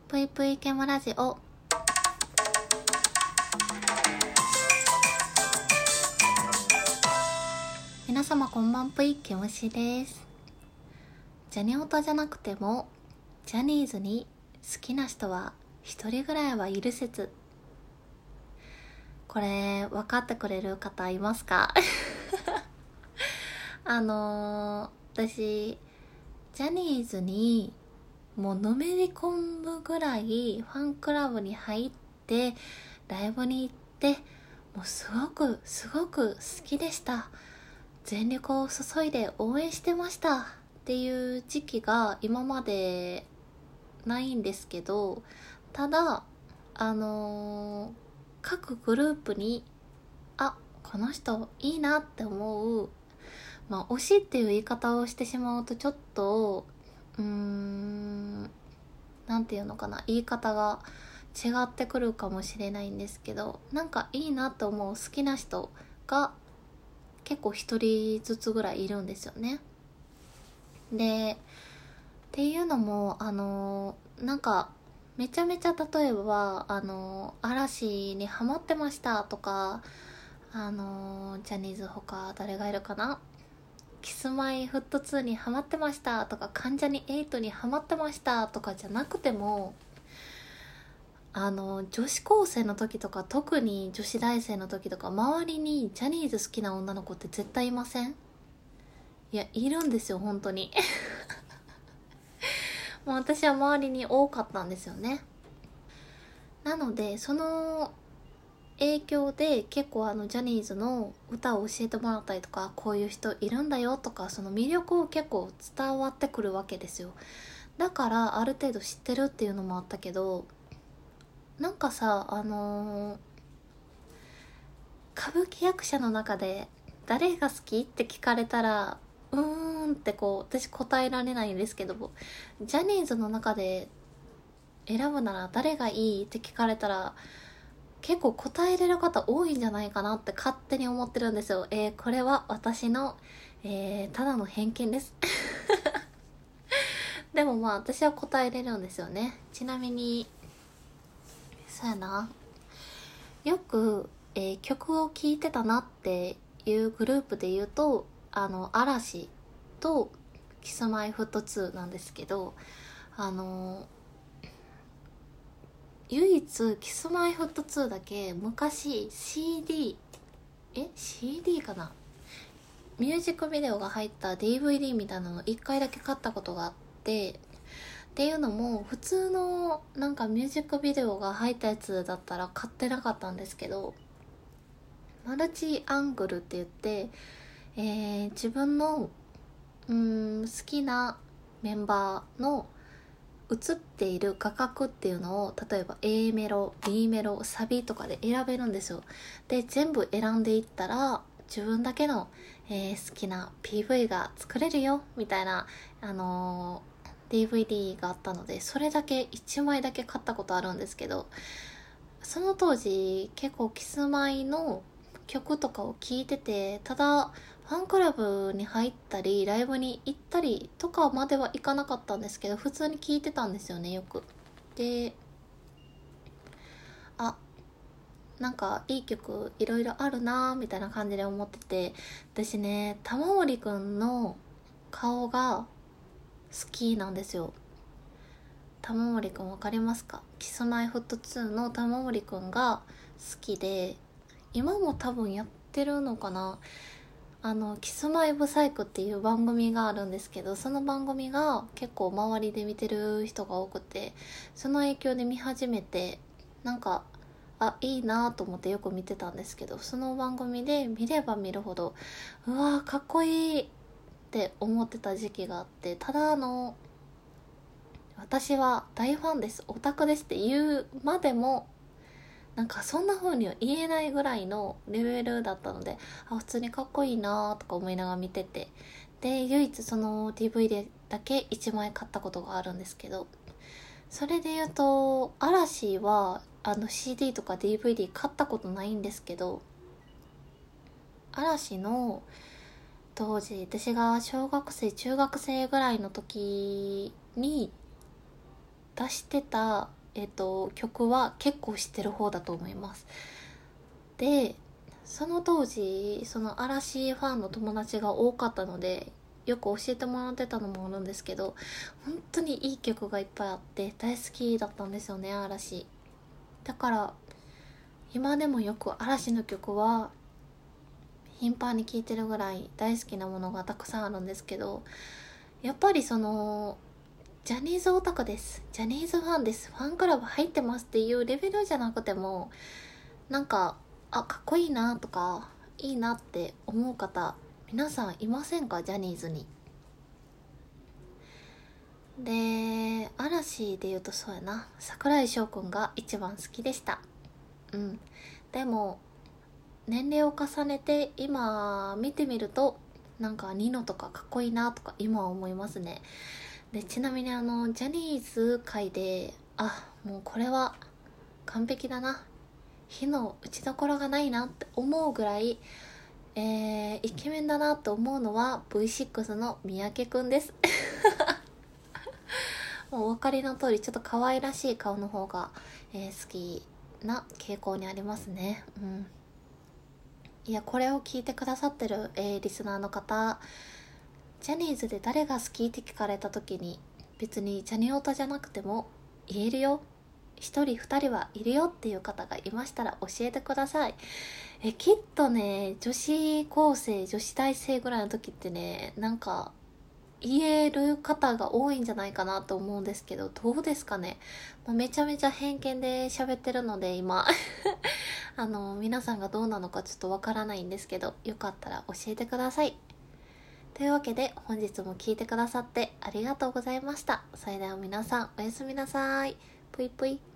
ぷいぷいケムラジオ。皆様こんばんぷい、ケムシです。ジャニオタじゃなくてもジャニーズに好きな人は一人ぐらいはいる説。これ分かってくれる方いますか？私ジャニーズにもうのめり込むぐらいファンクラブに入ってライブに行って、もうすごく好きでした、全力を注いで応援してましたっていう時期が今までないんですけど、ただ各グループにこの人いいなって思う、推しっていう言い方をしてしまうとちょっとなんていうのかな、言い方が違ってくるかもしれないんですけど、なんかいいなと思う好きな人が結構一人ずつぐらいいるんですよね。でっていうのもなんかめちゃめちゃ例えば嵐にハマってましたとか、ジャニーズ他誰がいるかな、キスマイフット2にハマってましたとか、関ジャニ∞にハマってましたとかじゃなくても、女子高生の時とか、特に女子大生の時とか、周りにジャニーズ好きな女の子って絶対いません？いや、いるんですよ本当に。もう私は周りに多かったんですよね。なのでその影響で結構ジャニーズの歌を教えてもらったりとか、こういう人いるんだよとか、その魅力を結構伝わってくるわけですよ。だからある程度知ってるっていうのもあったけど、なんかさ歌舞伎役者の中で誰が好きって聞かれたらって私答えられないんですけど、ジャニーズの中で選ぶなら誰がいいって聞かれたら結構答えれる方多いんじゃないかなって勝手に思ってるんですよ。これは私の、ただの偏見です。でも私は答えれるんですよね。ちなみにそうやな、よく、曲を聴いてたなっていうグループで言うと嵐とキスマイフット2なんですけど、唯一キスマイフット2だけ昔 CD かな、ミュージックビデオが入った DVD みたいなの1回だけ買ったことがあって、っていうのも普通のなんかミュージックビデオが入ったやつだったら買ってなかったんですけど、マルチアングルって言って、自分の好きなメンバーの映っている画角っていうのを、例えば A メロ B メロサビとかで選べるんですよ。で全部選んでいったら自分だけの、好きな PV が作れるよみたいな、DVD があったので、それだけ1枚だけ買ったことあるんですけど、その当時結構キスマイの曲とかを聴いてて、ただファンクラブに入ったりライブに行ったりとかまではいかなかったんですけど、普通に聴いてたんですよね、よく。でなんかいい曲いろいろあるなーみたいな感じで思ってて、私ね玉森くんの顔が好きなんですよ。玉森くんわかりますか？キスマイフット2の玉森くんが好きで、今も多分やってるのかな、キスマイブサイクっていう番組があるんですけど、その番組が結構周りで見てる人が多くて、その影響で見始めて、なんかいいなと思ってよく見てたんですけど、その番組で見れば見るほどうわーかっこいいって思ってた時期があって、ただ私は大ファンです、オタクですって言うまでもなんかそんな風には言えないぐらいのレベルだったので、普通にかっこいいなとか思いながら見てて、で唯一その DVD だけ1枚買ったことがあるんですけど、それで言うと嵐はCD とか DVD 買ったことないんですけど、嵐の当時私が小学生中学生ぐらいの時に出してた、曲は結構知ってる方だと思います。でその当時その嵐ファンの友達が多かったのでよく教えてもらってたのもあるんですけど、本当にいい曲がいっぱいあって大好きだったんですよね、嵐。だから今でもよく嵐の曲は頻繁に聴いてるぐらい大好きなものがたくさんあるんですけど、やっぱりそのジャニーズオタクです、ジャニーズファンです、ファンクラブ入ってますっていうレベルじゃなくても、なんかかっこいいなとかいいなって思う方皆さんいませんか、ジャニーズに。で嵐で言うとそうやな、櫻井翔くんが一番好きでした。でも年齢を重ねて今見てみるとなんかニノとかかっこいいなとか今は思いますね。でちなみにジャニーズ界でもうこれは完璧だな、火の打ちどころがないなって思うぐらい、イケメンだなと思うのは V6 の三宅くんですもうお分かりの通りちょっと可愛らしい顔の方が、好きな傾向にありますね。いやこれを聞いてくださってる、リスナーの方、ジャニーズで誰が好きって聞かれた時に別にジャニオタじゃなくても言えるよ、一人二人はいるよっていう方がいましたら教えてください。きっとね女子高生女子大生ぐらいの時ってねなんか言える方が多いんじゃないかなと思うんですけど、どうですかね。めちゃめちゃ偏見で喋ってるので今皆さんがどうなのかちょっとわからないんですけど、よかったら教えてください。というわけで本日も聞いてくださってありがとうございました。それでは皆さんおやすみなさい。ぷいぷい。